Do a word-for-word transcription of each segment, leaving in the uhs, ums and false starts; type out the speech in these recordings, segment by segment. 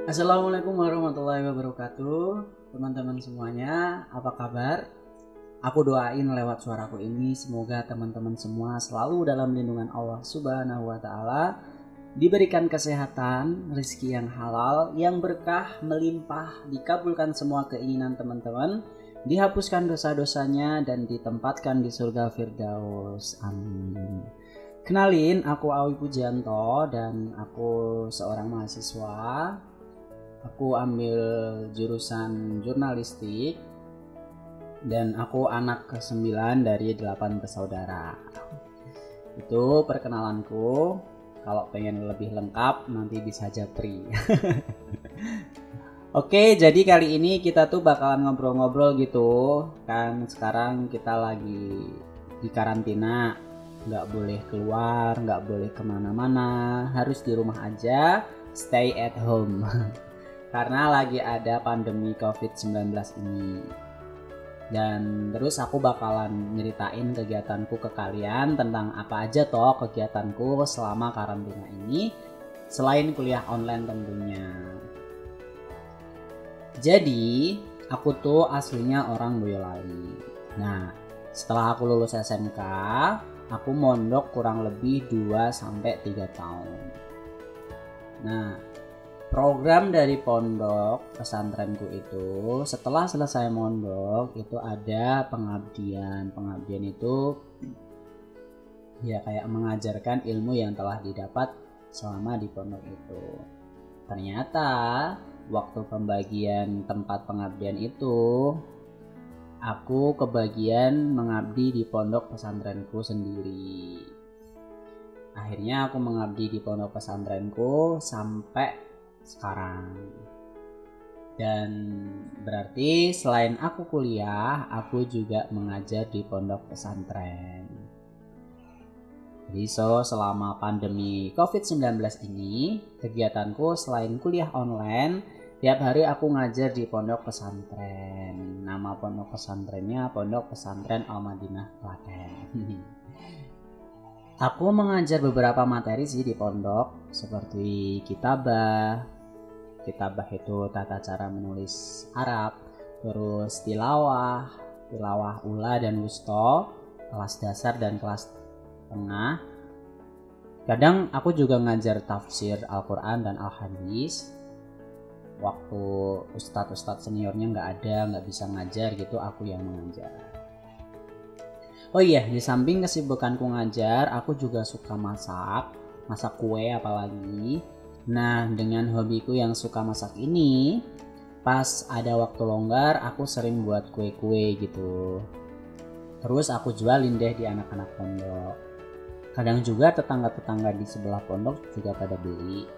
Assalamualaikum warahmatullahi wabarakatuh. Teman-teman semuanya, apa kabar? Aku doain lewat suaraku ini semoga teman-teman semua selalu dalam lindungan Allah Subhanahu wa taala, diberikan kesehatan, rezeki yang halal, yang berkah, melimpah, dikabulkan semua keinginan teman-teman, dihapuskan dosa-dosanya dan ditempatkan di surga Firdaus. Amin. Kenalin, aku Awi Pujianto dan aku seorang mahasiswa. Aku ambil jurusan jurnalistik dan aku anak kesembilan dari delapan bersaudara. Itu perkenalanku. Kalau pengen lebih lengkap nanti bisa japri. Oke, jadi kali ini kita tuh bakalan ngobrol-ngobrol gitu. Kan sekarang kita lagi di karantina, nggak boleh keluar, nggak boleh kemana-mana, harus di rumah aja, stay at home. Karena lagi ada pandemi covid sembilan belas ini. Dan terus aku bakalan nyeritain kegiatanku ke kalian tentang apa aja toh kegiatanku selama karantina ini, selain kuliah online tentunya. Jadi aku tuh aslinya orang Boyolali. Nah, setelah aku lulus S M K, aku mondok kurang lebih dua sampai tiga tahun. Nah, program dari pondok pesantrenku itu setelah selesai mondok itu ada pengabdian. Pengabdian itu ya kayak mengajarkan ilmu yang telah didapat selama di pondok itu. Ternyata waktu pembagian tempat pengabdian itu aku kebagian mengabdi di pondok pesantrenku sendiri. Akhirnya aku mengabdi di pondok pesantrenku sampai sekarang. Dan berarti selain aku kuliah, aku juga mengajar di pondok pesantren. Jadi so selama pandemi covid sembilan belas ini, kegiatanku selain kuliah online, tiap hari aku ngajar di pondok pesantren. Nama pondok pesantrennya Pondok Pesantren Al-Madinah Klaten. Aku mengajar beberapa materi sih di pondok, seperti kitabah. Kitabah itu tata cara menulis Arab, terus tilawah, tilawah ula dan wusto, kelas dasar dan kelas tengah. Kadang aku juga ngajar tafsir Al-Quran dan Al-Hadis. Waktu ustadz-ustadz seniornya nggak ada, nggak bisa ngajar gitu, aku yang mengajar. Oh iya, di samping kesibukanku ngajar, aku juga suka masak, masak kue apalagi. Nah, dengan hobiku yang suka masak ini, pas ada waktu longgar, aku sering buat kue-kue gitu. Terus aku jualin deh di anak-anak pondok. Kadang juga tetangga-tetangga di sebelah pondok juga pada beli.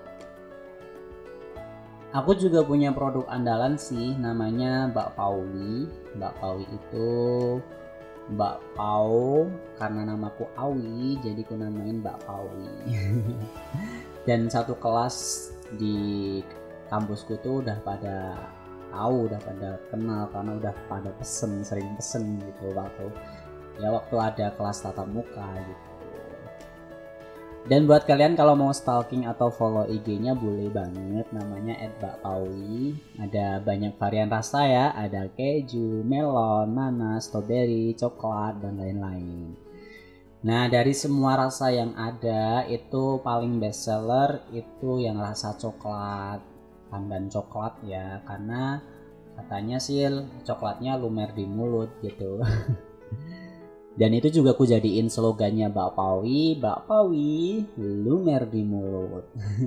Aku juga punya produk andalan sih, namanya Mbak Pauli. Mbak Pauli itu Mbak Pau, karena namaku Awi jadi ku namain Mbak Pauli. Dan satu kelas di kampusku tuh udah pada tahu, udah pada kenal karena udah pada pesen, sering pesen gitu waktu ya waktu ada kelas tatap muka gitu. Dan buat kalian kalau mau stalking atau follow I G-nya boleh banget, namanya et mbak pauli. Ada banyak varian rasa ya, ada keju, melon, nanas, strawberry, coklat, dan lain-lain. Nah, dari semua rasa yang ada itu paling best seller itu yang rasa coklat, pandan coklat ya, karena katanya sih coklatnya lumer di mulut gitu. Dan itu juga aku jadiin slogannya Mbak Pawi, Mbak Pawi, lumer di mulut.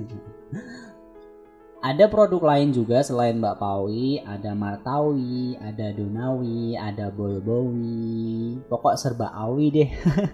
Ada produk lain juga selain Mbak Pawi, ada Martawi, ada Donawi, ada Bolbowi, pokok serba Awi deh.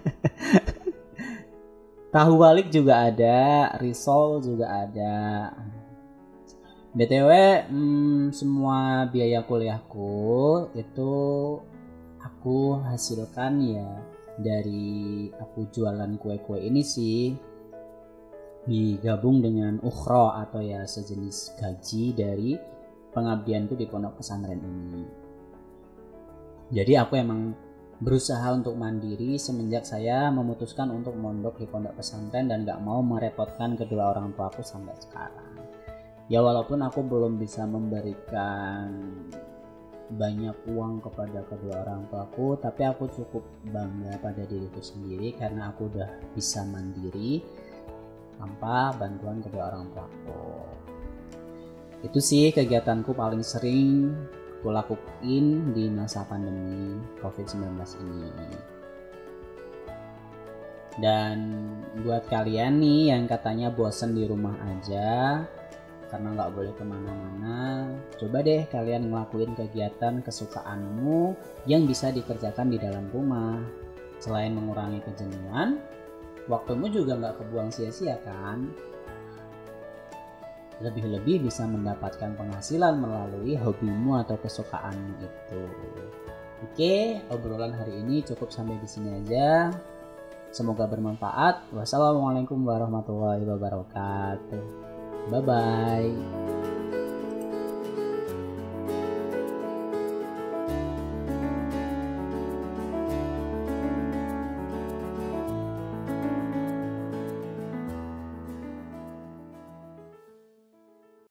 Tahu balik juga ada, risol juga ada. B T W hmm, semua biaya kuliahku itu aku hasilkan ya dari aku jualan kue-kue ini sih, digabung dengan ukhro atau ya sejenis gaji dari pengabdianku di pondok pesantren ini. Jadi aku emang berusaha untuk mandiri semenjak saya memutuskan untuk mondok di pondok pesantren dan gak mau merepotkan kedua orang tuaku sampai sekarang. Ya walaupun aku belum bisa memberikan banyak uang kepada kedua orang tuaku, tapi aku cukup bangga pada diriku sendiri karena aku udah bisa mandiri tanpa bantuan kedua orang tuaku. Itu sih kegiatanku paling sering aku lakuin di masa pandemi covid sembilan belas ini. Dan buat kalian nih yang katanya bosen di rumah aja karena nggak boleh kemana-mana, coba deh kalian ngelakuin kegiatan kesukaanmu yang bisa dikerjakan di dalam rumah. Selain mengurangi kejenuhan, waktumu juga nggak kebuang sia-sia kan? Lebih-lebih bisa mendapatkan penghasilan melalui hobimu atau kesukaanmu itu. Oke, obrolan hari ini cukup sampai di sini aja. Semoga bermanfaat. Wassalamualaikum warahmatullahi wabarakatuh. Bye bye.